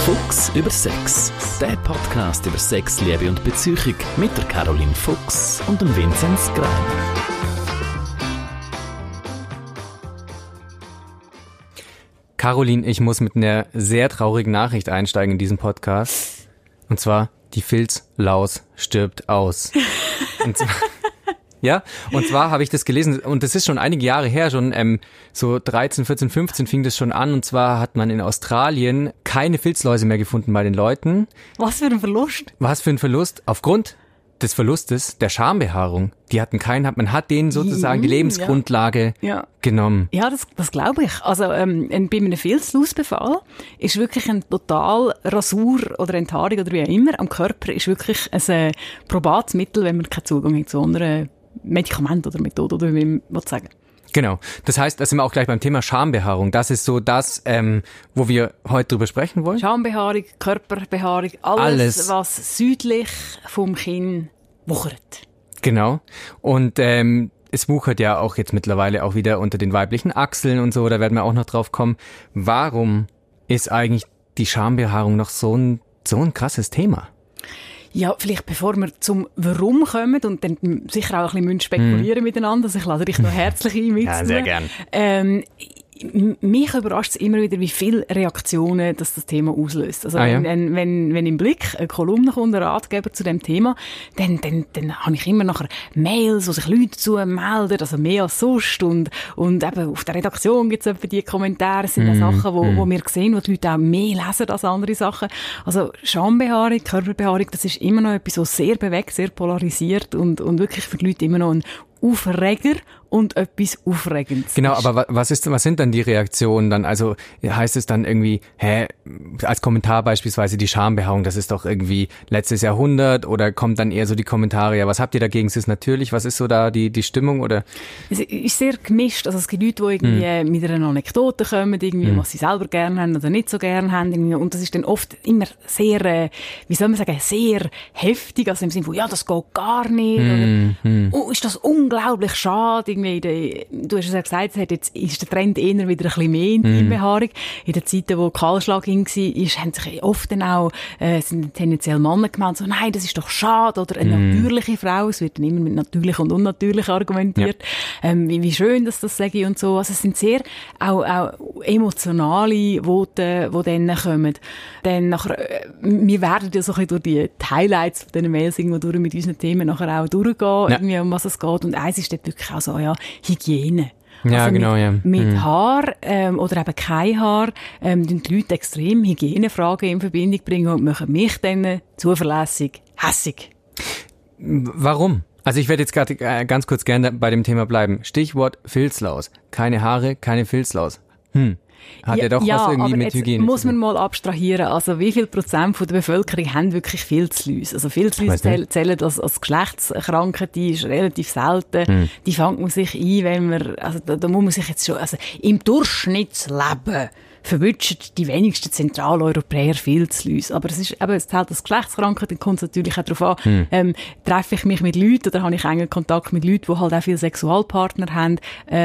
Fuchs über Sex. Der Podcast über Sex, Liebe und Beziehung mit der Caroline Fuchs und dem Vinzenz Greiner. Caroline, ich muss mit einer sehr traurigen Nachricht einsteigen in diesen Podcast. Und zwar, die Filzlaus stirbt aus. Und zwar, ja, und zwar habe ich das gelesen, und das ist schon einige Jahre her, schon so 13, 14, 15 fing das schon an. Und zwar hat man in Australien keine Filzläuse mehr gefunden bei den Leuten. Was für ein Verlust? Was für ein Verlust? Aufgrund des Verlustes der Schambehaarung. Man hat denen sozusagen die Lebensgrundlage genommen. Ja, das glaube ich. Also bei einem Filzlausbefall ist wirklich ein total Rasur oder Enthaarung oder wie auch immer am Körper ist wirklich ein probates Mittel, wenn man keinen Zugang hat zu anderen Medikamenten oder Methoden oder wie man will sagen. Genau. Das heißt, da sind wir auch gleich beim Thema Schambehaarung. Das ist so das, wo wir heute drüber sprechen wollen. Schambehaarung, Körperbehaarung, alles. Was südlich vom Kinn wuchert. Genau. Und es wuchert ja auch jetzt mittlerweile auch wieder unter den weiblichen Achseln und so. Da werden wir auch noch drauf kommen. Warum ist eigentlich die Schambehaarung noch so ein krasses Thema? Ja, vielleicht bevor wir zum Warum kommen und dann sicher auch ein bisschen spekulieren miteinander, also ich lade dich noch herzlich ein mitzunehmen. Ja, sehr gern. Mich überrascht es immer wieder, wie viele Reaktionen das Thema auslöst. Also wenn im Blick eine Kolumne kommt, ein Ratgeber zu dem Thema, dann habe ich immer nachher Mails, wo sich Leute dazu melden, also mehr als sonst. Und eben auf der Redaktion gibt es etwa die Kommentare, das sind Sachen, wo wir sehen, wo die Leute auch mehr lesen als andere Sachen. Also Schambehaarung, Körperbehaarung, das ist immer noch etwas, was sehr bewegt, sehr polarisiert und wirklich für die Leute immer noch ein Aufreger und etwas Aufregendes. Genau, aber was sind dann die Reaktionen dann? Also heißt es dann irgendwie, als Kommentar beispielsweise die Schambehaarung, das ist doch irgendwie letztes Jahrhundert, oder kommt dann eher so die Kommentare, ja, was habt ihr dagegen, es ist natürlich, was ist so da die Stimmung, oder? Es ist sehr gemischt, also es gibt Leute, die irgendwie mit einer Anekdote kommen, irgendwie, was sie selber gerne haben oder nicht so gerne haben, irgendwie, und das ist dann oft immer sehr, wie soll man sagen, sehr heftig, also im Sinne von, ja, das geht gar nicht, oder, oh, ist das unglaublich schade, du hast es ja gesagt, jetzt ist der Trend eher wieder ein bisschen mehr Intimbehaarung. In den Zeiten, wo Kahlschlag war, haben sich oft dann auch sind tendenziell Männer gemeldet, so, nein, das ist doch schade, oder eine natürliche Frau, es wird dann immer mit natürlich und unnatürlich argumentiert, wie schön, dass das sage ich und so. Also es sind sehr auch emotionale Voten, die dann kommen. Dann nachher, wir werden ja so ein bisschen durch die Highlights von diesen Mails irgendwo durch mit unseren Themen nachher auch durchgehen, irgendwie, um was es geht. Und eins ist dort wirklich auch so, Hygiene. Ja, also genau, mit Haar oder eben kein Haar die Leute extrem Hygienefragen in Verbindung bringen und machen mich dann zuverlässig hässig. Warum? Also ich werde jetzt gerade ganz kurz gerne bei dem Thema bleiben. Stichwort Filzlaus. Keine Haare, keine Filzlaus. Hat ja doch was irgendwie mit Hygiene. Muss man mal abstrahieren. Also wie viel Prozent von der Bevölkerung haben wirklich Filzläuse? Also Filzläuse zählen als Geschlechtskrankheit, die ist relativ selten. Die fängt man sich ein, wenn man, also da muss man sich jetzt schon, also im Durchschnittsleben verwünschen die wenigsten Zentraleuropäer Filzläuse. Aber es zählt als Geschlechtskrankheit, dann kommt es natürlich auch darauf an, treffe ich mich mit Leuten oder habe ich engen Kontakt mit Leuten, die halt auch viele Sexualpartner haben,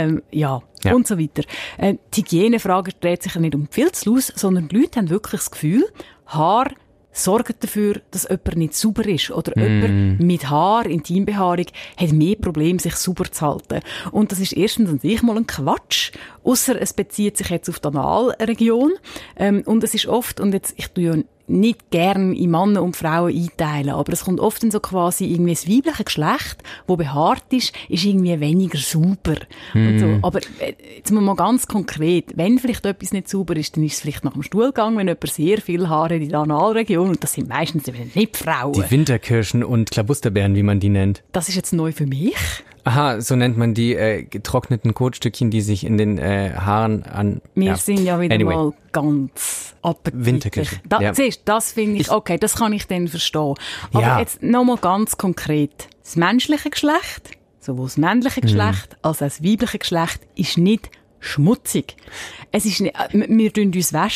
und so weiter. Die Hygienefrage dreht sich ja nicht um die Filzlaus, sondern die Leute haben wirklich das Gefühl, Haar sorgen dafür, dass jemand nicht sauber ist. Oder jemand mit Haar, Intimbehaarung, hat mehr Probleme, sich sauber zu halten. Und das ist erstens an sich mal ein Quatsch. Ausser es bezieht sich jetzt auf die Analregion. Und es ist oft, und jetzt, ich tue ja nicht gern in Männer und Frauen einteilen, aber es kommt oft in so quasi irgendwie das weibliche Geschlecht, das behaart ist irgendwie weniger sauber. Und so. Aber jetzt mal ganz konkret, wenn vielleicht etwas nicht sauber ist, dann ist es vielleicht nach dem Stuhlgang, wenn jemand sehr viel Haare in der Analregion, und das sind meistens nicht Frauen. Die Winterkirschen und Klabusterbeeren, wie man die nennt. Das ist jetzt neu für mich. Aha, so nennt man die getrockneten Kotstückchen, die sich in den Haaren an... Wir sind ja wieder mal ganz appetitlich. Winterkirche. Siehst, das finde ich, okay, das kann ich dann verstehen. Aber jetzt nochmal ganz konkret. Das menschliche Geschlecht, sowohl das männliche Geschlecht als auch das weibliche Geschlecht, ist nicht schmutzig. Es ist nicht, wir tun uns waschen,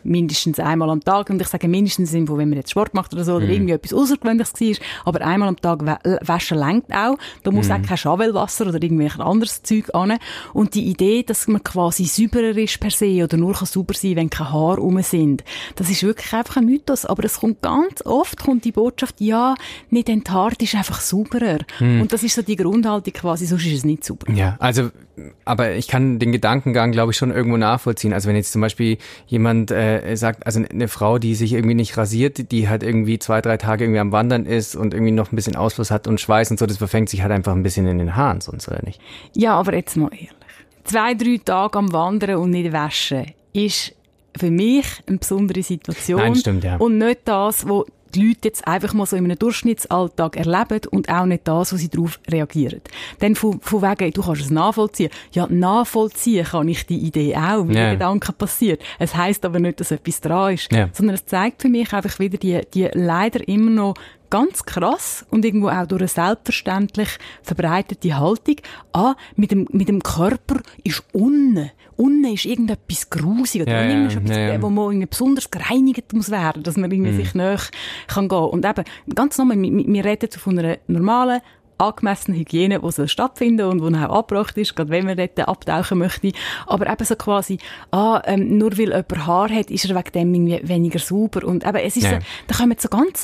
mindestens einmal am Tag, und ich sage mindestens, wenn man jetzt Sport macht oder so, oder irgendwie etwas Außergewöhnliches war, aber einmal am Tag waschen reicht auch. Da muss auch kein Schawelwasser oder irgendwelches anderes Zeug an. Und die Idee, dass man quasi sauberer ist per se oder nur sauber sein kann, wenn keine Haare rum sind, das ist wirklich einfach ein Mythos. Aber es kommt ganz oft die Botschaft, ja, nicht enthaart ist einfach sauberer. Und das ist so die Grundhaltung quasi, sonst ist es nicht sauber. Ja, also, aber ich kann den Gedankengang, glaube ich, schon irgendwo nachvollziehen. Also wenn jetzt zum Beispiel jemand sagt, also eine Frau, die sich irgendwie nicht rasiert, die halt irgendwie 2-3 Tage irgendwie am Wandern ist und irgendwie noch ein bisschen Ausfluss hat und Schweiß und so, das verfängt sich halt einfach ein bisschen in den Haaren, sonst oder nicht? Ja, aber jetzt mal ehrlich. 2-3 Tage am Wandern und nicht waschen ist für mich eine besondere Situation. Nein, stimmt, ja. Und nicht das, was die Leute jetzt einfach mal so in einem Durchschnittsalltag erleben und auch nicht das, wo sie darauf reagieren. Dann von wegen, du kannst es nachvollziehen. Ja, nachvollziehen kann ich die Idee auch, wie der Gedanke passiert. Es heisst aber nicht, dass etwas dran ist, sondern es zeigt für mich einfach wieder die leider immer noch ganz krass und irgendwo auch durch eine selbstverständlich verbreitete Haltung. Mit dem Körper ist unten ist irgendetwas grusig oder irgendetwas, wo man irgendwie besonders gereinigt muss werden, dass man irgendwie sich näher kann gehen. Und eben, ganz normal, wir reden von einer normalen, angemessene Hygiene, die soll stattfinden und die auch abgebracht ist, gerade wenn man dort abtauchen möchte. Aber eben so quasi, nur weil jemand Haar hat, ist er wegen dem irgendwie weniger sauber. Und eben, es ist so, da kommen so ganz,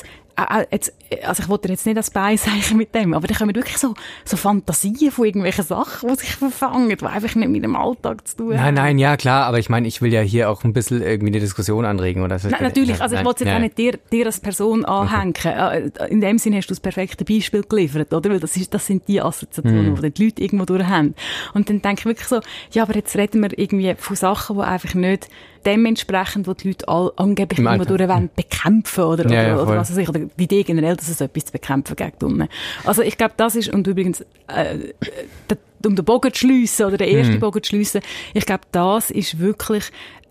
also ich wollte jetzt nicht das Bein sagen mit dem, aber da kommen wirklich so Fantasien von irgendwelchen Sachen, die sich verfangen, die einfach nicht mit dem Alltag zu tun haben. Nein, ja klar, aber ich meine, ich will ja hier auch ein bisschen irgendwie eine Diskussion anregen. Oder? Nein, natürlich, also ich wollte jetzt auch nicht dir als Person anhängen. Okay. In dem Sinne hast du das perfekte Beispiel geliefert, oder? Weil das sind die Assoziationen, die die Leute irgendwo durch haben. Und dann denke ich wirklich so, ja, aber jetzt reden wir irgendwie von Sachen, die einfach nicht dementsprechend, wo die Leute angeblich immer durch bekämpfen oder was weiß ich, oder die Idee generell, dass es etwas zu bekämpfen gibt. Also ich glaube, das ist, und übrigens, um den Bogen zu schliessen, oder den ersten Bogen zu schliessen, ich glaube, das ist wirklich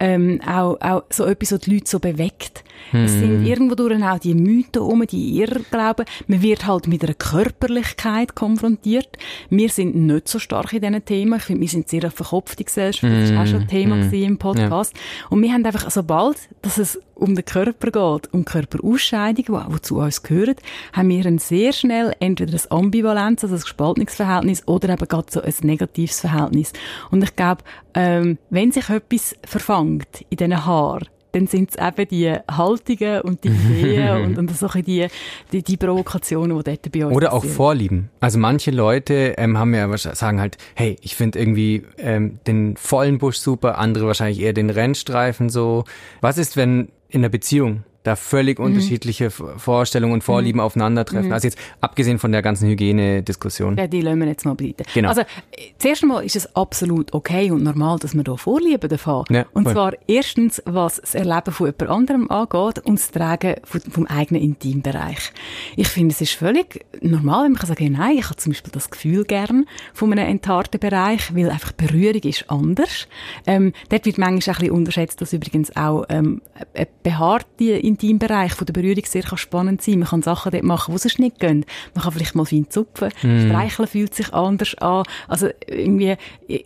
auch so etwas, was die Leute so bewegt. Es sind irgendwo durch auch die Mythen die Irrglauben. Man wird halt mit einer Körperlichkeit konfrontiert. Wir sind nicht so stark in diesen Themen. Ich finde, wir sind sehr verkopfte Gesellschaft. Das war auch schon ein Thema im Podcast. Ja. Und wir haben einfach, sobald dass es um den Körper geht, um Körperausscheidungen, die zu uns gehören, haben wir ein sehr schnell entweder ein Ambivalenz, also ein gespaltenes Verhältnis, oder eben gerade so ein negatives Verhältnis. Und ich glaube, wenn sich etwas verfangt in diesen Haaren, dann sind es eben die Haltungen und die Ideen und so die Provokationen, die dort bei uns oder auch Vorlieben. Also manche Leute sagen halt, hey, ich finde irgendwie den vollen Busch super, andere wahrscheinlich eher den Rennstreifen so. Was ist, wenn in einer Beziehung da völlig unterschiedliche Vorstellungen und Vorlieben aufeinandertreffen. Also jetzt abgesehen von der ganzen Hygienediskussion. Ja, die lassen wir jetzt mal beiseite. Genau. Also zuerst einmal ist es absolut okay und normal, dass wir da Vorlieben davon haben. Ja, und zwar erstens, was das Erleben von jemand anderem angeht und das Tragen vom eigenen Intimbereich. Ich finde, es ist völlig normal, wenn man sagen kann, nein, ich habe zum Beispiel das Gefühl gern von einem enthaarten Bereich, weil einfach Berührung ist anders. Dort wird manchmal ein bisschen unterschätzt, dass übrigens auch eine behaarte Intimbereich von der Berührung sehr spannend sein. Man kann Sachen dort machen, die sonst nicht gehen. Man kann vielleicht mal fein zupfen. Streicheln fühlt sich anders an. Also irgendwie,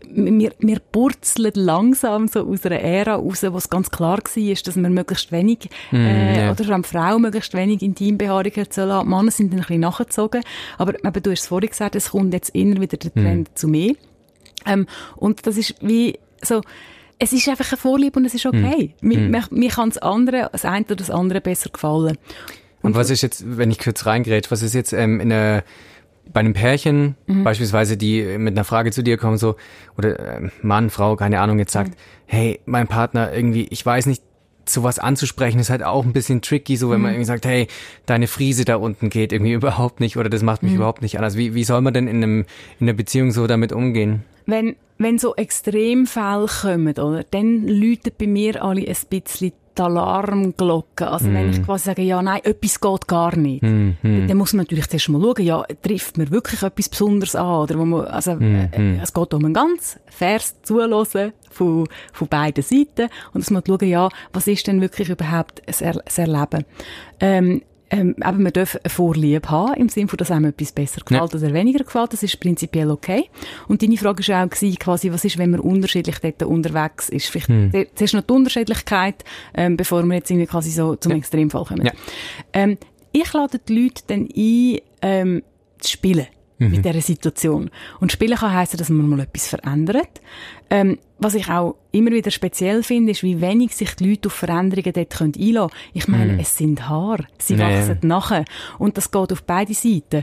wir purzeln langsam so aus einer Ära raus, wo es ganz klar war, dass man möglichst wenig, oder vor allem Frauen möglichst wenig Intimbehaarung haben. Männer sind dann ein bisschen nachgezogen. Aber eben, du hast es vorhin gesagt, es kommt jetzt immer wieder der Trend zu mehr. Und das ist wie so, es ist einfach eine Vorliebe und es ist okay. Mir kann das eine oder das andere besser gefallen. Und was ist jetzt, wenn ich kurz reingrätsche, was ist jetzt bei einem Pärchen beispielsweise, die mit einer Frage zu dir kommen, so, oder Mann, Frau, keine Ahnung, jetzt sagt, hey, mein Partner irgendwie, ich weiß nicht, sowas anzusprechen ist halt auch ein bisschen tricky, so wenn man irgendwie sagt, hey, deine Frise da unten geht irgendwie überhaupt nicht oder das macht mich überhaupt nicht an. Also wie soll man denn in einer Beziehung so damit umgehen? Wenn so Extremfälle kommen, oder, dann läutet bei mir alle ein bisschen die Alarmglocke. Also wenn ich quasi sage, ja, nein, etwas geht gar nicht, dann muss man natürlich zuerst mal schauen, ja, trifft mir wirklich etwas Besonderes an? Oder wo man, es geht um ein ganz faires Zuhören von beiden Seiten und dass man schauen, ja, was ist denn wirklich überhaupt das Erleben? eben, man darf eine Vorliebe haben, im Sinne von, dass einem etwas besser gefällt oder weniger gefällt. Das ist prinzipiell okay. Und deine Frage war auch quasi, was ist, wenn man unterschiedlich dort unterwegs ist? Vielleicht zuerst noch die Unterschiedlichkeit, bevor wir jetzt irgendwie quasi so zum Extremfall kommen. Ja. Ich lade die Leute dann ein, zu spielen. Mit dieser Situation. Und spielen kann heissen, dass man mal etwas verändert. Was ich auch immer wieder speziell finde, ist, wie wenig sich die Leute auf Veränderungen dort einlassen können. Ich meine, es sind Haare. Sie wachsen nachher. Und das geht auf beide Seiten.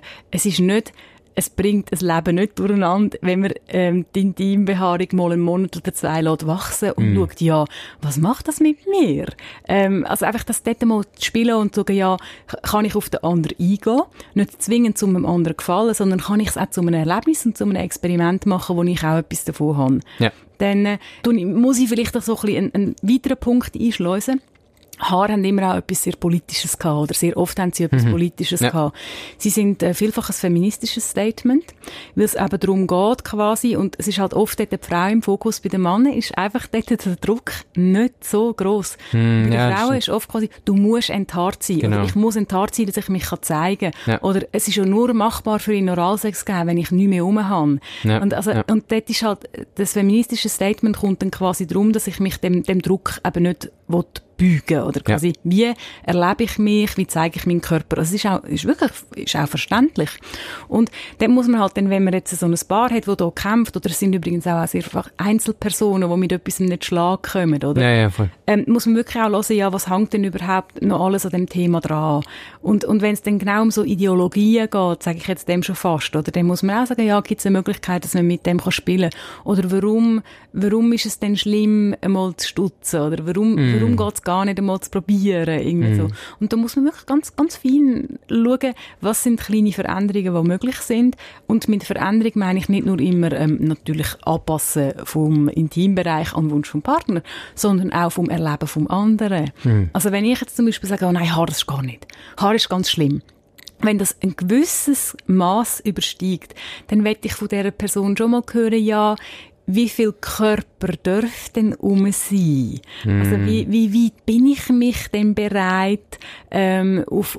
Es bringt ein Leben nicht durcheinander, wenn man die Intimbehaarung mal einen Monat oder 2 lässt wachsen und schaut, ja, was macht das mit mir? Also einfach das dort mal zu spielen und zu sagen, ja, kann ich auf den anderen eingehen? Nicht zwingend zu einem anderen gefallen, sondern kann ich es auch zu einem Erlebnis und zu einem Experiment machen, wo ich auch etwas davon habe. Ja. Dann muss ich vielleicht auch so ein bisschen einen weiteren Punkt einschleusen. Haare haben immer auch etwas sehr Politisches gehabt, oder sehr oft haben sie etwas Politisches gehabt. Sie sind vielfach ein feministisches Statement, weil es eben darum geht quasi, und es ist halt oft dort die Frau im Fokus, bei den Männern ist einfach dort der Druck nicht so gross. Bei den Frauen ist oft quasi, du musst enthaart sein, oder ich muss enthaart sein, dass ich mich zeigen kann. Oder es ist ja nur machbar für ihn Oralsex geben, wenn ich nicht mehr rum habe. Und und dort ist halt, das feministische Statement kommt dann quasi darum, dass ich mich dem Druck eben nicht beugen, oder quasi, wie erlebe ich mich, wie zeige ich meinen Körper. Also es ist auch verständlich. Und dann muss man halt, wenn man jetzt so ein Paar hat, das hier kämpft, oder es sind übrigens auch sehr einfach Einzelpersonen, die mit etwas nicht Schlag kommen, oder? Voll. Muss man wirklich auch hören, ja, was hängt denn überhaupt noch alles an dem Thema dran? Und wenn es dann genau um so Ideologien geht, sage ich jetzt dem schon fast, oder? Dann muss man auch sagen, ja, gibt es eine Möglichkeit, dass man mit dem spielen kann? Oder warum ist es denn schlimm, einmal zu stutzen? Oder warum geht es gar nicht einmal zu probieren, irgendwie so. Und da muss man wirklich ganz, ganz fein schauen, was sind kleine Veränderungen, die möglich sind. Und mit Veränderung meine ich nicht nur immer natürlich Anpassen vom Intimbereich an den Wunsch vom Partner, sondern auch vom Erleben vom anderen. Also wenn ich jetzt zum Beispiel sage, oh nein, Haar, das ist gar nicht. Haar ist ganz schlimm. Wenn das ein gewisses Maß übersteigt, dann möchte ich von dieser Person schon mal hören, ja, wie viel Körper darf denn sein? Also wie weit bin ich mich denn bereit, auf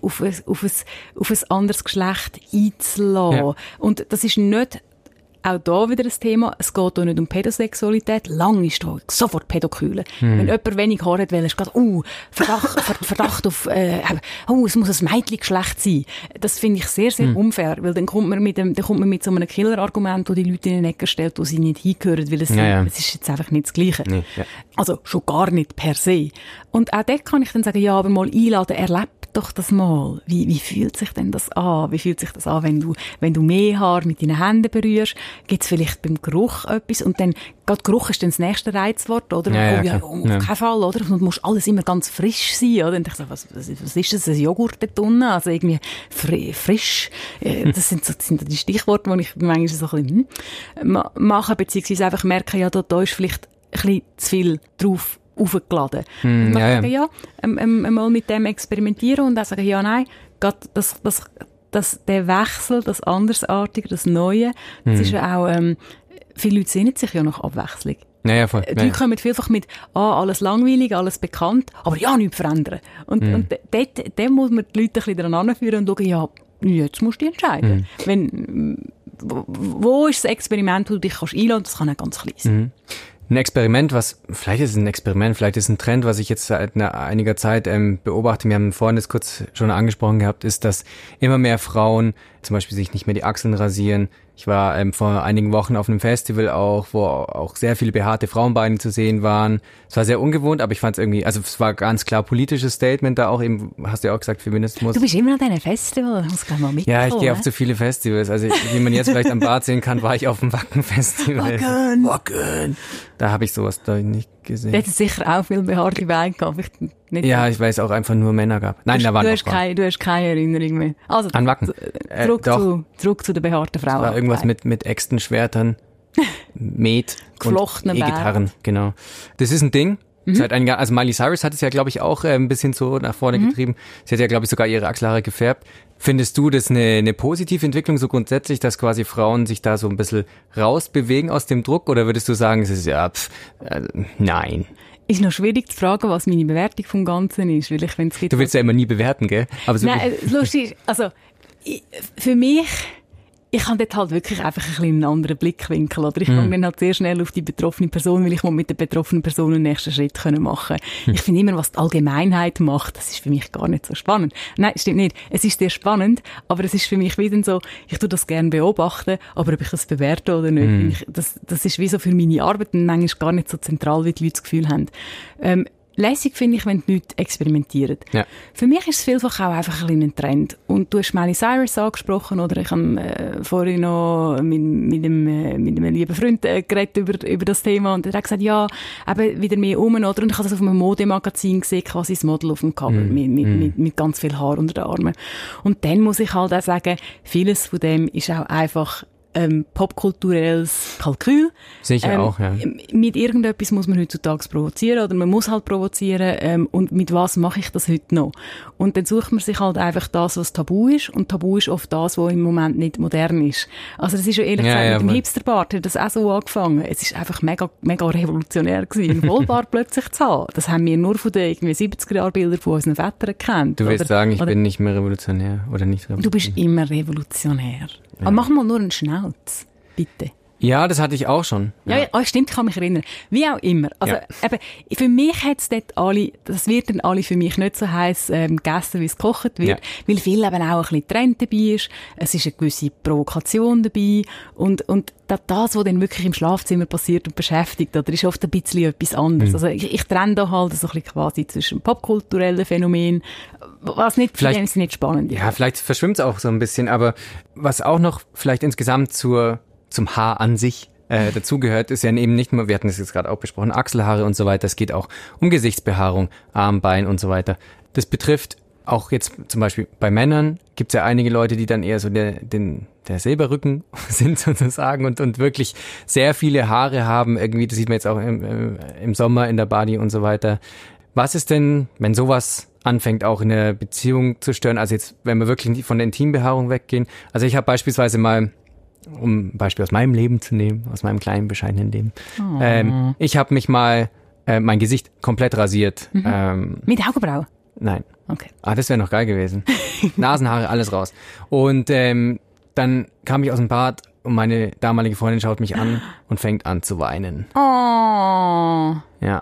ein anderes Geschlecht einzulassen? Ja. Und das ist nicht auch da wieder ein Thema. Es geht hier nicht um Pädosexualität. Lang ist da sofort Pädokühle. Wenn jemand wenig Haar hat, ist gerade, Verdacht auf, es muss ein Mädchengeschlecht sein. Das finde ich sehr, sehr unfair, weil dann kommt man mit so einem Killer-Argument, wo die Leute in den Ecken stellt, wo sie nicht hingehören, weil es ist jetzt einfach nicht das Gleiche. Nee, ja. Also schon gar nicht per se. Und auch dort kann ich dann sagen, ja, aber mal einladen, erlebt doch das mal. Wie fühlt sich denn das an? Wie fühlt sich das an, wenn du mehr Haar mit deinen Händen berührst? Gibt es vielleicht beim Geruch etwas? Und dann, gerade Geruch ist dann das nächste Reizwort, oder? Auf keinen Fall, oder? Und muss alles immer ganz frisch sein, oder? Und ich so, was ist das? Ein Joghurt dort unten? Also irgendwie frisch. Das sind die Stichworte, die ich manchmal so ein bisschen mache, beziehungsweise einfach merke, ja, da ist vielleicht ein bisschen zu viel drauf aufgeladen. Und dann sagen, mal mit dem experimentieren und dann sagen, ja, nein, der Wechsel, das Andersartige, das Neue, das ist ja auch, viele Leute sehnen sich ja nach Abwechslung. Ja, voll. Die Leute kommen vielfach mit, alles langweilig, alles bekannt, aber ja, nichts verändern. Und dort muss man die Leute ein bisschen daran anführen und schauen, ja, jetzt musst du dich entscheiden. Wo ist das Experiment, wo du dich einladen kannst? Das kann auch ganz klein sein. Ein Experiment, vielleicht ist ein Trend, was ich jetzt seit einiger Zeit beobachte, wir haben vorhin das kurz schon angesprochen gehabt, ist, dass immer mehr Frauen zum Beispiel sich nicht mehr die Achseln rasieren. Ich war vor einigen Wochen auf einem Festival auch, wo auch sehr viele behaarte Frauenbeine zu sehen waren. Es war sehr ungewohnt, aber ich fand es irgendwie, also es war ganz klar politisches Statement da auch eben, hast du ja auch gesagt, Feminismus. Du bist immer an deinem Festival, du musst gleich mal mitkommen. Ja, ich gehe auf zu viele Festivals. Also wie man jetzt vielleicht am Bad sehen kann, war ich auf dem Wacken-Festival. Wacken! Da habe ich sowas da nicht gesehen. Du hättest sicher auch viel behaarte Beine gehabt. Nicht ja, ich weiß auch einfach nur Männer gab. Nein, da waren noch Frauen. Du hast keine Erinnerung mehr. Also, an Wacken. Zurück zu den behaarten Frauen. Das war irgendwas mit Äxtenschwertern, Met und E-Gitarren, genau. Das ist ein Ding. Seit einigen Jahren, also Miley Cyrus hat es ja, glaube ich, auch ein bisschen so nach vorne getrieben. Sie hat ja, glaube ich, sogar ihre Achselhaare gefärbt. Findest du das eine positive Entwicklung so grundsätzlich, dass quasi Frauen sich da so ein bisschen rausbewegen aus dem Druck? Oder würdest du sagen, es ist nein? ist noch schwierig zu fragen, was meine Bewertung vom Ganzen ist, weil ich finde, es gibt... Du willst ja immer nie bewerten, gell? Aber so Nein, lustig ist, also, für mich, ich habe dort halt wirklich einfach ein bisschen einen anderen Blickwinkel, oder? Ich gehe dann halt sehr schnell auf die betroffene Person, weil ich mit der betroffenen Person einen nächsten Schritt machen können. Ich finde immer, was die Allgemeinheit macht, das ist für mich gar nicht so spannend. Nein, stimmt nicht. Es ist sehr spannend, aber es ist für mich wieder so, ich tue das gerne beobachten, aber ob ich das bewerte oder nicht, das ist wie so für meine Arbeit manchmal gar nicht so zentral, wie die Leute das Gefühl haben. Lässig finde ich, wenn die Leute experimentieren. Ja. Für mich ist es vielfach auch einfach ein kleiner Trend. Und du hast Miley Cyrus angesprochen, oder ich habe vorhin noch mit einem lieben Freund geredet über das Thema, und er hat gesagt, ja, eben wieder mehr oder? Und ich habe das auf einem Modemagazin gesehen, quasi das Model auf dem Cover, mit ganz viel Haar unter den Armen. Und dann muss ich halt auch sagen, vieles von dem ist auch einfach popkulturelles Kalkül. Sicher auch, ja. Mit irgendetwas muss man heutzutage provozieren, oder man muss halt provozieren, und mit was mache ich das heute noch? Und dann sucht man sich halt einfach das, was tabu ist, und tabu ist oft das, was im Moment nicht modern ist. Also das ist ja ehrlich gesagt, mit dem Hipsterbart hat das auch so angefangen. Es ist einfach mega, mega revolutionär gewesen, einen Vollbart plötzlich zu haben. Das haben wir nur von den irgendwie 70er-Jahr-Bildern von unseren Vätern gekannt. Du willst sagen, ich bin nicht mehr revolutionär, oder nicht revolutionär? Du bist immer revolutionär. Ja. Aber mach mal nur einen Schnauz, bitte. Ja, das hatte ich auch schon. Ja, stimmt, ich kann mich erinnern. Wie auch immer. Also, eben, für mich hat's dort alle, das wird dann alle für mich nicht so heiß gegessen, wie es gekocht wird, weil viel eben auch ein bisschen Trend dabei ist. Es ist eine gewisse Provokation dabei, und das, was dann wirklich im Schlafzimmer passiert und beschäftigt, oder ist oft ein bisschen etwas anderes. Also ich trenne da halt so ein bisschen quasi zwischen popkulturellen Phänomen, was nicht, vielleicht nicht spannend ist. Ja, vielleicht verschwimmt es auch so ein bisschen, aber was auch noch vielleicht insgesamt zum Haar an sich dazugehört, ist ja eben nicht nur, wir hatten das jetzt gerade auch besprochen, Achselhaare und so weiter, es geht auch um Gesichtsbehaarung, Arm, Bein und so weiter. Das betrifft auch jetzt zum Beispiel bei Männern, gibt es ja einige Leute, die dann eher so der Silberrücken sind sozusagen und wirklich sehr viele Haare haben, irgendwie, das sieht man jetzt auch im Sommer in der Body und so weiter. Was ist denn, wenn sowas anfängt, auch in der Beziehung zu stören, also jetzt, wenn wir wirklich von der Intimbehaarung weggehen, also ich habe beispielsweise mal, um ein Beispiel aus meinem Leben zu nehmen, aus meinem kleinen, bescheidenen Leben. Ich habe mich mal mein Gesicht komplett rasiert. Mit Augenbrauen? Nein. Okay. Das wäre noch geil gewesen. Nasenhaare, alles raus. Und dann kam ich aus dem Bad und meine damalige Freundin schaut mich an und fängt an zu weinen. Oh. Ja.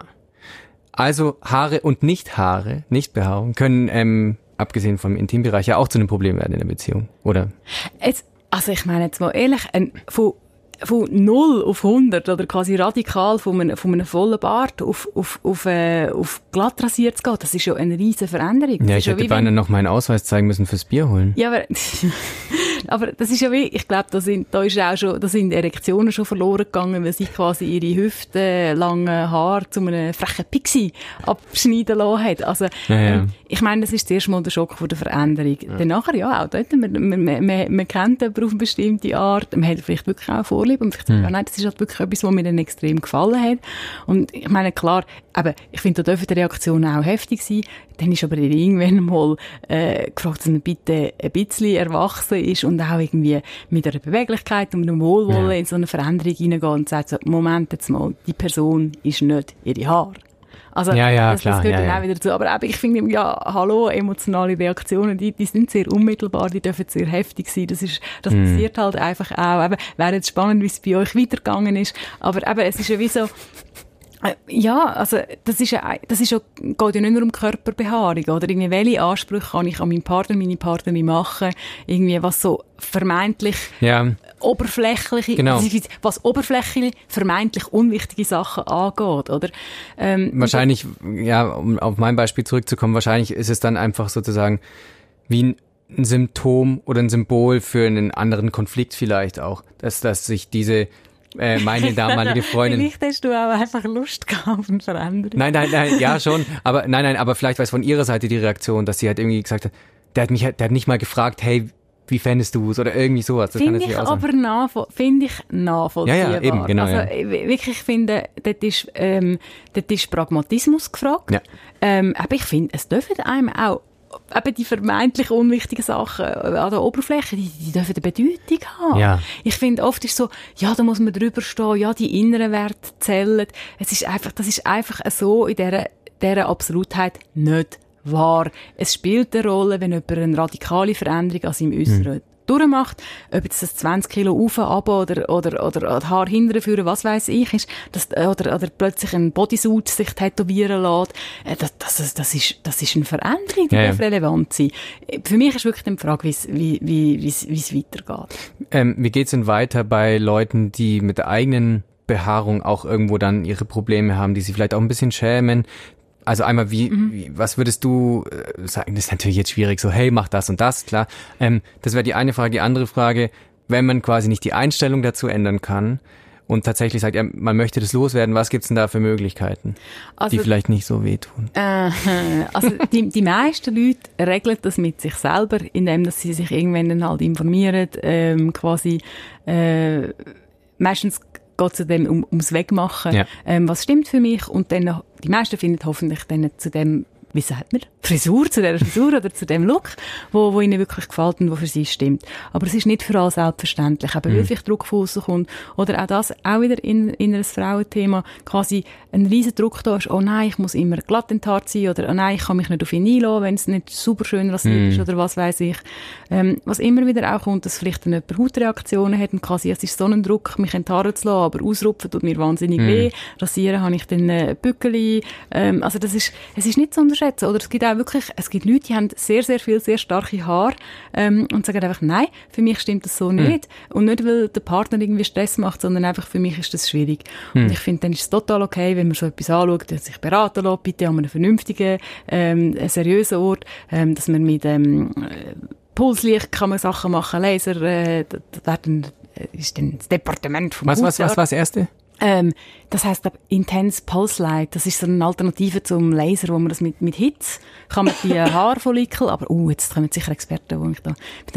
Also Haare und Nicht-Haare, Nicht-Behaarung, können, abgesehen vom Intimbereich, ja auch zu einem Problem werden in der Beziehung, oder? Also ich meine jetzt mal ehrlich, von 0 auf 100 oder quasi radikal von einem vollen Bart auf glatt rasiert zu gehen, das ist ja eine riesen Veränderung. Ja, ich hätte beinahe noch meinen Ausweis zeigen müssen fürs Bier holen. Ja, aber das ist ja wie, ich glaube, da sind Erektionen schon verloren gegangen, weil sie quasi ihre hüftenlangen Haare zu einem frechen Pixie abschneiden lassen hat. Also, ich meine, das ist zuerst mal der Schock von der Veränderung. Ja. Dann nachher, ja, auch dort, man kennt jemanden auf eine bestimmte Art, man hat vielleicht wirklich auch Vorliebe und vielleicht sagt, nein, das ist halt wirklich etwas, was mir dann extrem gefallen hat. Und ich meine, klar, aber ich finde, da dürfen die Reaktionen auch heftig sein. Dann ist aber irgendwann mal gefragt, dass man bitte ein bisschen erwachsen ist und auch irgendwie mit einer Beweglichkeit und einem Wohlwollen in so eine Veränderung hineingeht und sagt so, Moment jetzt mal, die Person ist nicht ihre Haare. Also, das gehört dann auch wieder dazu. Aber ich finde, hallo, emotionale Reaktionen, die sind sehr unmittelbar, die dürfen sehr heftig sein. Das passiert halt einfach auch. Wäre jetzt spannend, wie es bei euch weitergegangen ist. Aber es ist ja wie so, also, das ist ja, geht ja nicht nur um Körperbehaarung, oder? Irgendwie, welche Ansprüche kann ich an meinen Partner, meine Partnerin machen? Irgendwie, was so vermeintlich oberflächliche, was oberflächlich vermeintlich unwichtige Sachen angeht, oder? Wahrscheinlich, um auf mein Beispiel zurückzukommen, wahrscheinlich ist es dann einfach sozusagen wie ein Symptom oder ein Symbol für einen anderen Konflikt vielleicht auch, dass sich diese meine damalige Freundin. Vielleicht hast du auch einfach Lust gehabt auf eine Veränderung. Nein, ja schon, aber aber vielleicht war es von ihrer Seite die Reaktion, dass sie halt irgendwie gesagt hat, der hat nicht mal gefragt, hey, wie fändest du es oder irgendwie sowas. Finde ich aber nachvollziehbar. Ja, eben, genau. Also wirklich, ich finde, dort ist Pragmatismus gefragt. Ja. Aber ich finde, es dürfen einem auch eben die vermeintlich unwichtigen Sachen an der Oberfläche, die dürfen eine Bedeutung haben. Ja. Ich finde, oft ist so, ja, da muss man drüber stehen, ja, die inneren Werte zählen. Das ist einfach so in dieser Absolutheit nicht wahr. Es spielt eine Rolle, wenn jemand eine radikale Veränderung an seinem Äußeren durchmacht, ob jetzt das 20 Kilo rauf, runter oder Haar hinten führen, was weiss ich, ist, oder plötzlich ein Bodysuit sich tätowieren lässt, das ist eine Veränderung, die darf relevant sein. Für mich ist wirklich die Frage, wie es weitergeht. Wie geht's denn weiter bei Leuten, die mit der eigenen Behaarung auch irgendwo dann ihre Probleme haben, die sie vielleicht auch ein bisschen schämen? Also einmal, was würdest du sagen? Das ist natürlich jetzt schwierig, so, hey, mach das und das, klar. Das wäre die eine Frage. Die andere Frage, wenn man quasi nicht die Einstellung dazu ändern kann und tatsächlich sagt, ja, man möchte das loswerden, was gibt's denn da für Möglichkeiten, die vielleicht nicht so wehtun? Also die meisten Leute regeln das mit sich selber, indem dass sie sich irgendwann dann halt informieren, meistens geht es ums Wegmachen, was stimmt für mich, und dann, die meisten finden hoffentlich dann zu dem, wie sagt man, Frisur, zu dieser Frisur oder zu dem Look, wo ihnen wirklich gefällt und wo für sie stimmt. Aber es ist nicht für alle selbstverständlich. Aber weil vielleicht Druck von aussen kommt, oder auch das, auch wieder in ein Frauenthema, quasi ein riesen Druck da ist, oh nein, ich muss immer glatt enthaart sein, oder oh nein, ich kann mich nicht auf ihn einlassen, wenn es nicht super schön rasiert ist, oder was weiss ich. Was immer wieder auch kommt, dass vielleicht dann jemand Hautreaktionen hat und quasi, es ist so ein Druck, mich enthaaren zu lassen, aber ausrupfen tut mir wahnsinnig weh, rasieren habe ich dann Bückeli, also es ist nicht zu unterschätzen, oder es gibt Leute, die haben sehr, sehr viel, sehr starke Haare, und sagen einfach, nein, für mich stimmt das so nicht. Und nicht, weil der Partner irgendwie Stress macht, sondern einfach für mich ist das schwierig. Und ich finde, dann ist es total okay, wenn man so etwas anschaut, sich beraten lässt, bitte an einem vernünftigen, seriösen Ort, dass man mit Pulslicht kann man Sachen machen, Laser, ist dann das Departement vom Was war das Erste? Das heisst, Intense Pulse Light. Das ist so eine Alternative zum Laser, wo man das mit Hitze kann man die Haarfollikel, aber jetzt kommen sicher Experten, wo ich da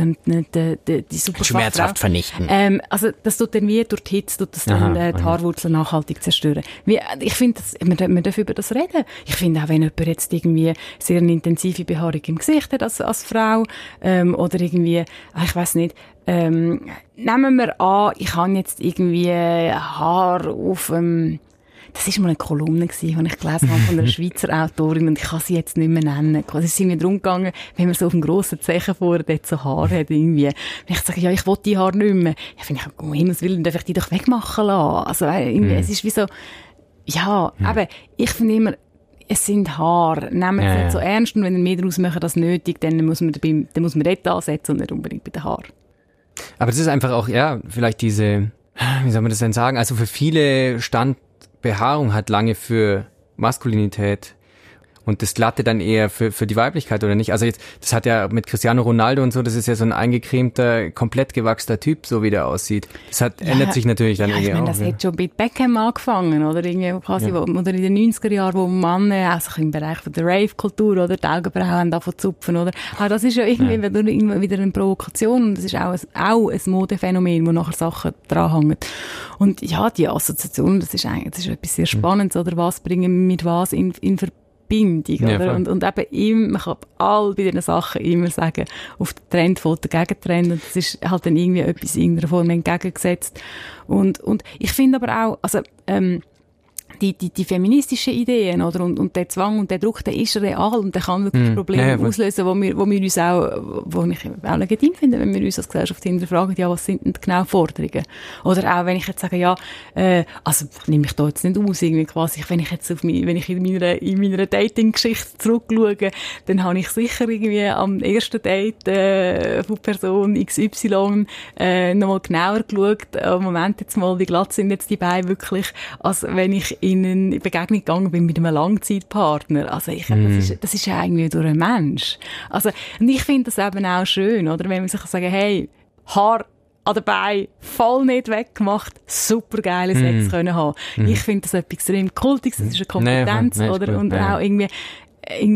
die super schmerzhaft vernichten. Also das tut dann wie durch die Hitze tut das dann die Haarwurzeln nachhaltig zerstören. Ich finde, man darf über das reden. Ich finde auch, wenn jemand jetzt irgendwie sehr eine intensive Behaarung im Gesicht hat als Frau, oder irgendwie, ich weiss nicht, nehmen wir an, ich habe jetzt irgendwie Haar auf das war mal eine Kolumne, die ich gelesen habe von einer Schweizer Autorin, und ich kann sie jetzt nicht mehr nennen. Es ist irgendwie darum gegangen, wenn man so auf einem grossen Zechen vorne dort so Haar hat, irgendwie. Wenn ich sage, ja, ich will die Haare nicht mehr. Ja, finde ich, um Himmels Willen, darf ich die doch wegmachen lassen. Also, es ist wie so, aber ich finde immer, es sind Haare. Nehmen wir es nicht so ernst, und wenn ihr mehr daraus machen als nötig, dann muss man dort ansetzen und nicht unbedingt bei den Haaren. Aber das ist einfach auch, vielleicht diese, wie soll man das denn sagen? Also für viele stand Behaarung hat lange für Maskulinität und das Glatte dann eher für die Weiblichkeit, oder nicht? Also jetzt, das hat ja mit Cristiano Ronaldo und so, das ist ja so ein eingecremter, komplett gewachster Typ, so wie der aussieht. Das ändert sich natürlich dann irgendwie auch. Das hat schon mit Beckham angefangen, oder irgendwie quasi, oder in den 90er Jahren, wo Männer, also im Bereich von der Rave-Kultur, oder die Augenbrauen davon zupfen, oder? Aber das ist ja irgendwie wieder eine Provokation, und das ist auch ein Modephänomen, wo nachher Sachen dranhängen. Und ja, die Assoziation, das ist etwas sehr Spannendes, oder? Was bringen wir mit was in Verbindung, oder? Und eben man kann all bei diesen Sachen immer sagen, auf den Trend folgt der Gegentrend, und das ist halt dann irgendwie etwas in irgendeiner Form entgegengesetzt. Und ich finde aber auch, also, die feministischen Ideen, oder? Und der Zwang und der Druck, der ist real, und der kann wirklich Probleme auslösen, wo wir uns wo ich auch legitim finde, wenn wir uns als Gesellschaft hinterfragen, ja, was sind denn genau Forderungen? Oder auch, wenn ich jetzt sage, also, ich nehme mich da jetzt nicht aus, irgendwie quasi, wenn ich jetzt wenn ich in meiner Dating-Geschichte zurückschaue, dann habe ich sicher irgendwie am ersten Date, von Person XY, nochmal genauer geschaut, Moment jetzt mal, wie glatt sind jetzt die Beine wirklich, als wenn ich in eine Begegnung gegangen bin mit einem Langzeitpartner. Also das ist ja irgendwie durch einen Mensch. Also, und ich finde das eben auch schön, oder? Wenn man sich sagen, hey, Haar an den Beinen voll nicht weggemacht, super geile Sex können haben. Ich finde das etwas extrem Kultiges, das ist eine Kompetenz, oder? Und auch irgendwie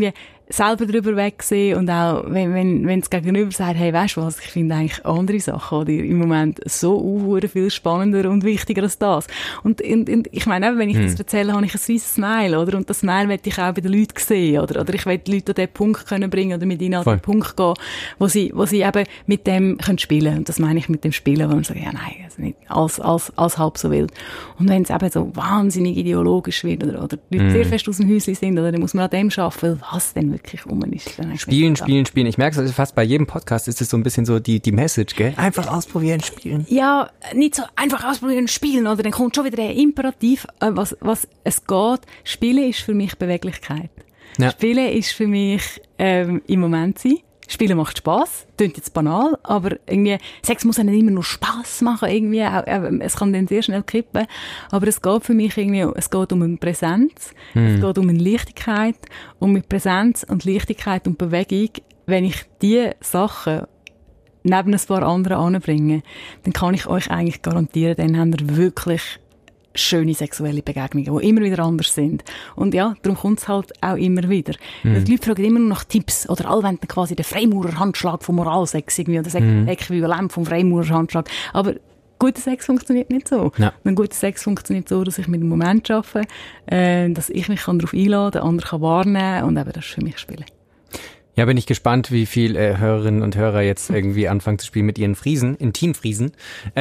selber drüber wegsehen und auch, wenn das Gegenüber sagt, hey, weißt du was, ich finde eigentlich andere Sachen oder im Moment so viel spannender und wichtiger als das. Und ich meine, wenn ich das erzähle, habe ich ein süßes Smile, oder? Und das Smile möchte ich auch bei den Leuten sehen, oder ich will die Leute an den Punkt können bringen oder mit ihnen an den Punkt gehen, wo sie eben mit dem können spielen. Und das meine ich mit dem Spielen, wo man sagt, ja, nein, also nicht als halb so wild. Und wenn es eben so wahnsinnig ideologisch wird, oder die Leute sehr fest aus dem Häuschen sind, oder dann muss man an dem arbeiten, weil was denn wirklich rum ist. Spielen. Ich merke es also fast bei jedem Podcast ist es so ein bisschen so die Message, gell? Einfach ausprobieren, spielen. Ja, nicht so einfach ausprobieren, spielen, oder dann kommt schon wieder der Imperativ, was es geht. Spielen ist für mich Beweglichkeit. Ja. Spielen ist für mich im Moment sein. Spielen macht Spass. Klingt jetzt banal, aber irgendwie, Sex muss ja nicht immer nur Spass machen, irgendwie. Es kann dann sehr schnell kippen. Aber es geht für mich irgendwie, es geht um eine Präsenz. Es geht um eine Leichtigkeit. Und mit Präsenz und Leichtigkeit und Bewegung, wenn ich diese Sachen neben ein paar anderen anbringe, dann kann ich euch eigentlich garantieren, dann habt ihr wirklich schöne sexuelle Begegnungen, die immer wieder anders sind. Und ja, darum kommt es halt auch immer wieder. Die Leute fragen immer nur nach Tipps oder allwenden quasi den Freimaurer-Handschlag vom Moralsex irgendwie oder sagen Äquivalent vom Freimaurer-Handschlag. Aber guter Sex funktioniert nicht so. Ja. Ein guter Sex funktioniert so, dass ich mit dem Moment arbeite, dass ich mich darauf einladen kann, der andere kann wahrnehmen und eben das ist für mich Spielen. Ja, bin ich gespannt, wie viel Hörerinnen und Hörer jetzt irgendwie anfangen zu spielen mit ihren Friesen, Intimfriesen.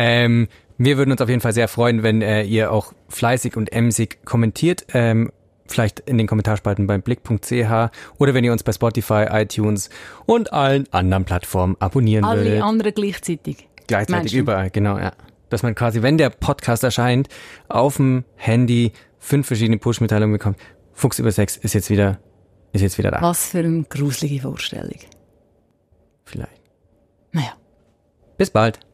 Wir würden uns auf jeden Fall sehr freuen, wenn ihr auch fleißig und emsig kommentiert. Vielleicht in den Kommentarspalten beim blick.ch oder wenn ihr uns bei Spotify, iTunes und allen anderen Plattformen abonnieren würdet. Alle anderen gleichzeitig. Gleichzeitig überall, genau, ja. Dass man quasi, wenn der Podcast erscheint, auf dem Handy 5 verschiedene Push-Mitteilungen bekommt. Fuchs über Sex ist jetzt wieder da. Was für eine gruselige Vorstellung. Vielleicht. Naja. Bis bald.